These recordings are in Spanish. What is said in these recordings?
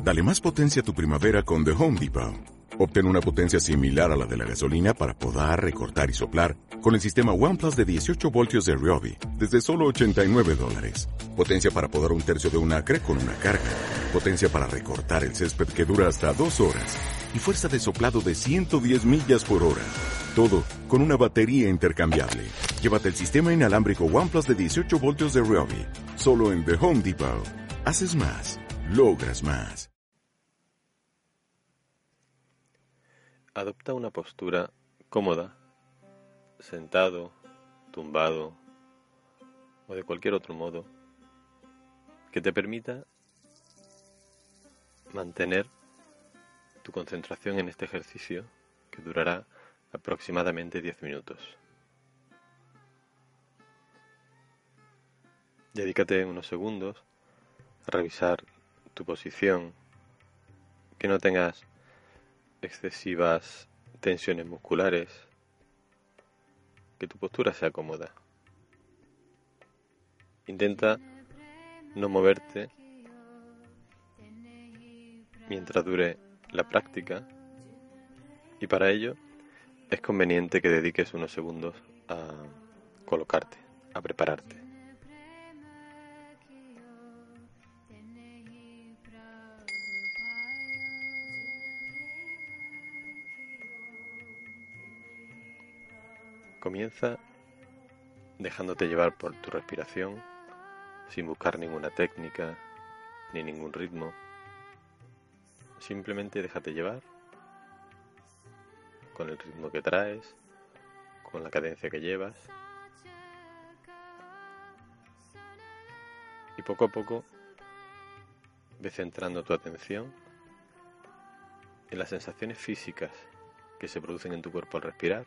Dale más potencia a tu primavera con The Home Depot. Obtén una potencia similar a la de la gasolina para podar, recortar y soplar con el sistema OnePlus de 18 voltios de Ryobi desde solo $89. Potencia para podar un tercio de un acre con una carga. Potencia para recortar el césped que dura hasta 2 horas. Y fuerza de soplado de 110 millas por hora. Todo con una batería intercambiable. Llévate el sistema inalámbrico OnePlus de 18 voltios de Ryobi. Solo en The Home Depot. Haces más. Logras más. Adopta una postura cómoda, sentado, tumbado o de cualquier otro modo que te permita mantener tu concentración en este ejercicio que durará aproximadamente 10 minutos. Dedícate unos segundos a revisar tu posición, que no tengas excesivas tensiones musculares, que tu postura sea cómoda. Intenta no moverte mientras dure la práctica y para ello es conveniente que dediques unos segundos a colocarte, a prepararte. Comienza dejándote llevar por tu respiración, sin buscar ninguna técnica ni ningún ritmo. Simplemente déjate llevar con el ritmo que traes, con la cadencia que llevas. Y poco a poco ve centrando tu atención en las sensaciones físicas que se producen en tu cuerpo al respirar.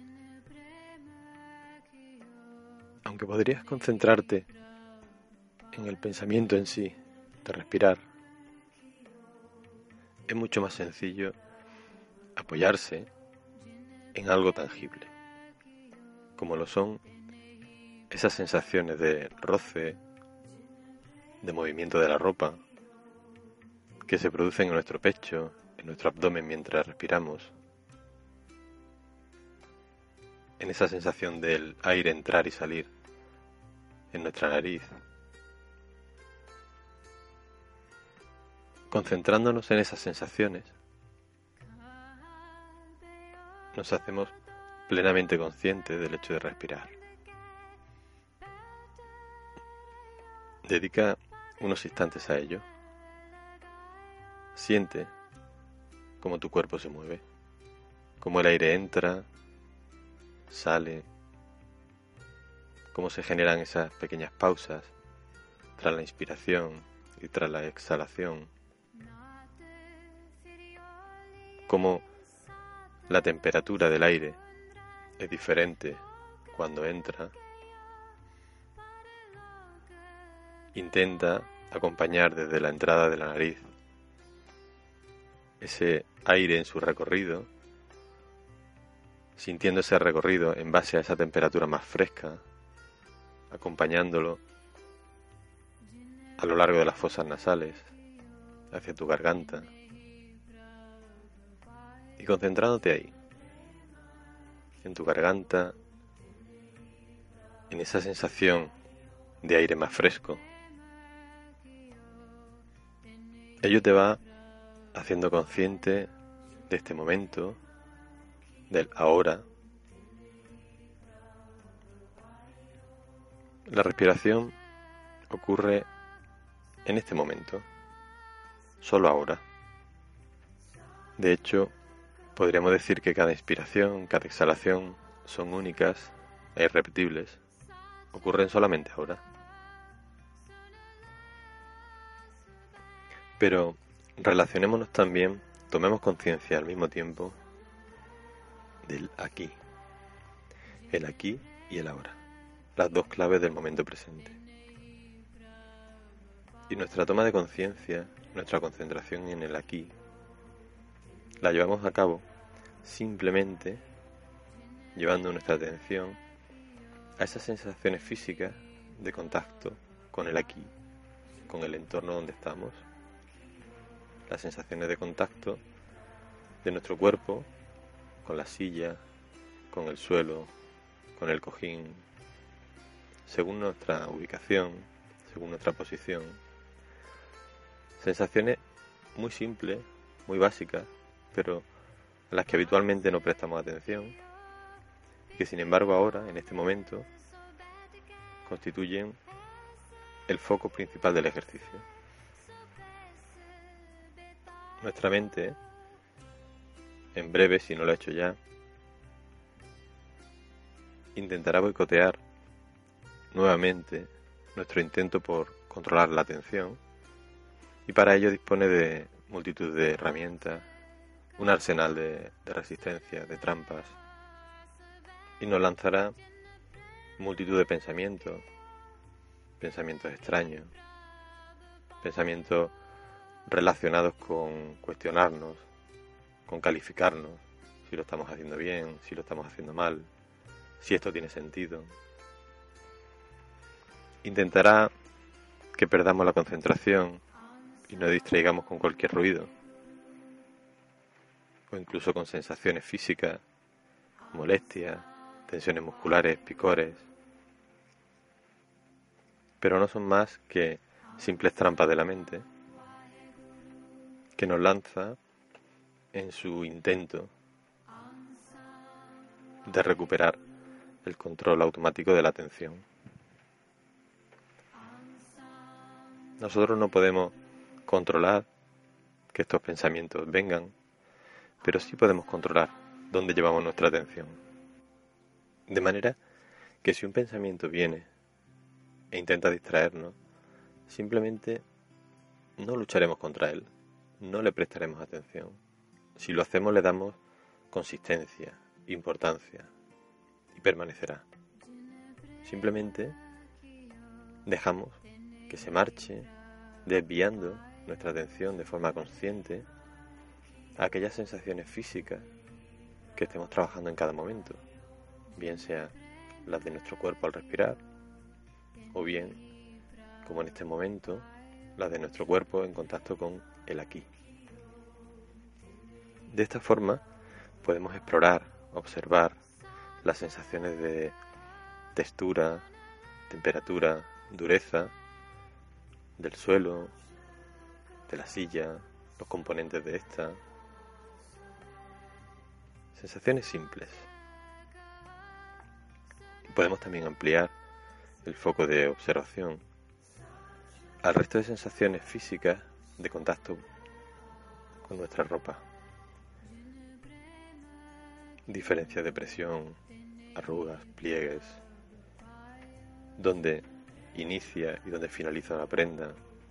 Aunque podrías concentrarte en el pensamiento en sí de respirar, es mucho más sencillo apoyarse en algo tangible, como lo son esas sensaciones de roce, de movimiento de la ropa, que se producen en nuestro pecho, en nuestro abdomen mientras respiramos, en esa sensación del aire entrar y salir en nuestra nariz. Concentrándonos en esas sensaciones, nos hacemos plenamente conscientes del hecho de respirar. Dedica unos instantes a ello. Siente cómo tu cuerpo se mueve, cómo el aire entra, sale, cómo se generan esas pequeñas pausas tras la inspiración y tras la exhalación, cómo la temperatura del aire es diferente cuando entra. Intenta acompañar desde la entrada de la nariz ese aire en su recorrido, sintiendo ese recorrido en base a esa temperatura más fresca, acompañándolo a lo largo de las fosas nasales, hacia tu garganta, y concentrándote ahí, en tu garganta, en esa sensación de aire más fresco. Ello te va haciendo consciente de este momento, del ahora. La respiración ocurre en este momento, solo ahora. De hecho, podríamos decir que cada inspiración, cada exhalación son únicas e irrepetibles, ocurren solamente ahora. Pero relacionémonos también, tomemos conciencia al mismo tiempo del aquí. El aquí y el ahora. Las dos claves del momento presente. Y nuestra toma de conciencia, nuestra concentración en el aquí, la llevamos a cabo simplemente llevando nuestra atención a esas sensaciones físicas de contacto con el aquí, con el entorno donde estamos. las sensaciones de contacto de nuestro cuerpo con la silla, con el suelo, con el cojín, según nuestra ubicación, según nuestra posición. Sensaciones muy simples, muy básicas, pero a las que habitualmente no prestamos atención y que sin embargo ahora, en este momento, constituyen el foco principal del ejercicio. Nuestra mente, en breve, si no lo ha hecho ya, intentará boicotear nuevamente nuestro intento por controlar la atención, y para ello dispone de multitud de herramientas, un arsenal de resistencia, de trampas, y nos lanzará multitud de pensamientos extraños, pensamientos relacionados con cuestionarnos, con calificarnos, si lo estamos haciendo bien, si lo estamos haciendo mal, si esto tiene sentido. Intentará que perdamos la concentración y nos distraigamos con cualquier ruido, o incluso con sensaciones físicas, molestias, tensiones musculares, picores, pero no son más que simples trampas de la mente que nos lanza en su intento de recuperar el control automático de la atención. Nosotros no podemos controlar que estos pensamientos vengan, pero sí podemos controlar dónde llevamos nuestra atención. De manera que si un pensamiento viene e intenta distraernos, simplemente no lucharemos contra él, no le prestaremos atención. Si lo hacemos, le damos consistencia, importancia, y permanecerá. Simplemente dejamos que se marche, desviando nuestra atención de forma consciente a aquellas sensaciones físicas que estemos trabajando en cada momento, bien sea las de nuestro cuerpo al respirar, o bien, como en este momento, las de nuestro cuerpo en contacto con el aquí. De esta forma podemos explorar, observar las sensaciones de textura, temperatura, dureza del suelo, de la silla, los componentes de esta. Sensaciones simples. Podemos también ampliar el foco de observación al resto de sensaciones físicas de contacto con nuestra ropa. Diferencias de presión, arrugas, pliegues, donde inicia y donde finaliza la prenda.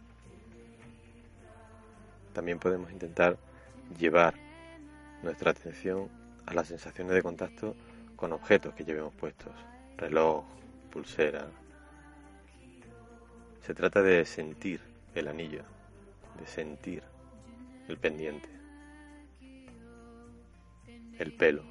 También podemos intentar llevar nuestra atención a las sensaciones de contacto con objetos que llevemos puestos, reloj, pulsera. Se trata de sentir el anillo, de sentir el pendiente, el pelo.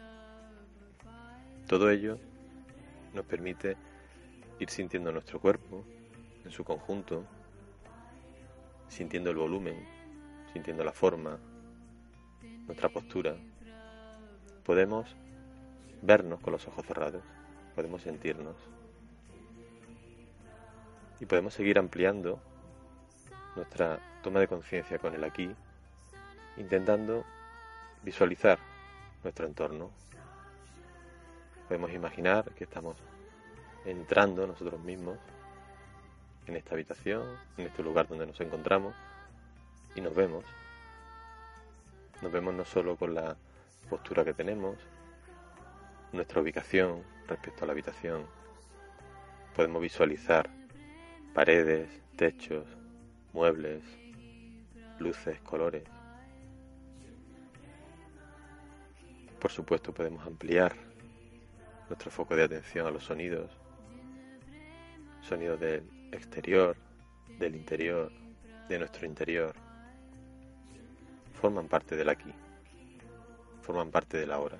Todo ello nos permite ir sintiendo nuestro cuerpo en su conjunto, sintiendo el volumen, sintiendo la forma, nuestra postura. Podemos vernos con los ojos cerrados, podemos sentirnos y podemos seguir ampliando nuestra toma de conciencia con el aquí, intentando visualizar nuestro entorno. Podemos imaginar que estamos entrando nosotros mismos en esta habitación, en este lugar donde nos encontramos, y nos vemos. Nos vemos no solo con la postura que tenemos, nuestra ubicación respecto a la habitación. Podemos visualizar paredes, techos, muebles, luces, colores. Por supuesto, podemos ampliar nuestro foco de atención a los sonidos. Sonidos del exterior, del interior, de nuestro interior. Forman parte del aquí, forman parte del ahora.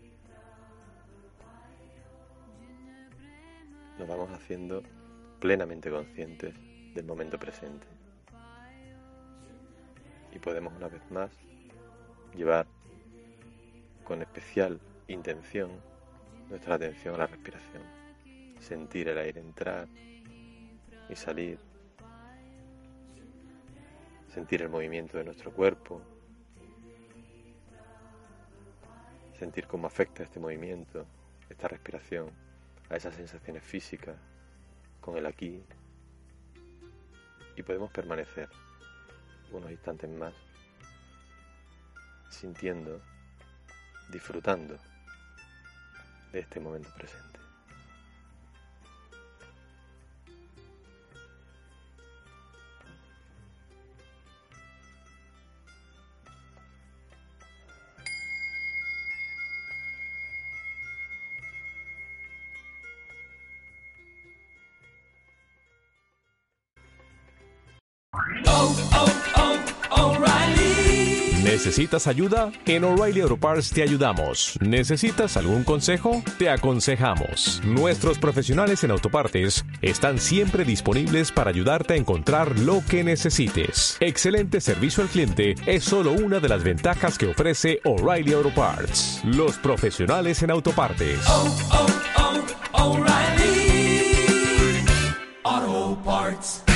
Nos vamos haciendo plenamente conscientes del momento presente. Y podemos una vez más llevar con especial intención nuestra atención a la respiración. Sentir el aire entrar y salir. Sentir el movimiento de nuestro cuerpo. Sentir cómo afecta este movimiento, esta respiración, a esas sensaciones físicas con el aquí. Y podemos permanecer unos instantes más sintiendo, disfrutando de este momento presente. ¿Necesitas ayuda? En O'Reilly Auto Parts te ayudamos. ¿Necesitas algún consejo? Te aconsejamos. Nuestros profesionales en autopartes están siempre disponibles para ayudarte a encontrar lo que necesites. Excelente servicio al cliente es solo una de las ventajas que ofrece O'Reilly Auto Parts. Los profesionales en autopartes. O'Reilly Auto Parts.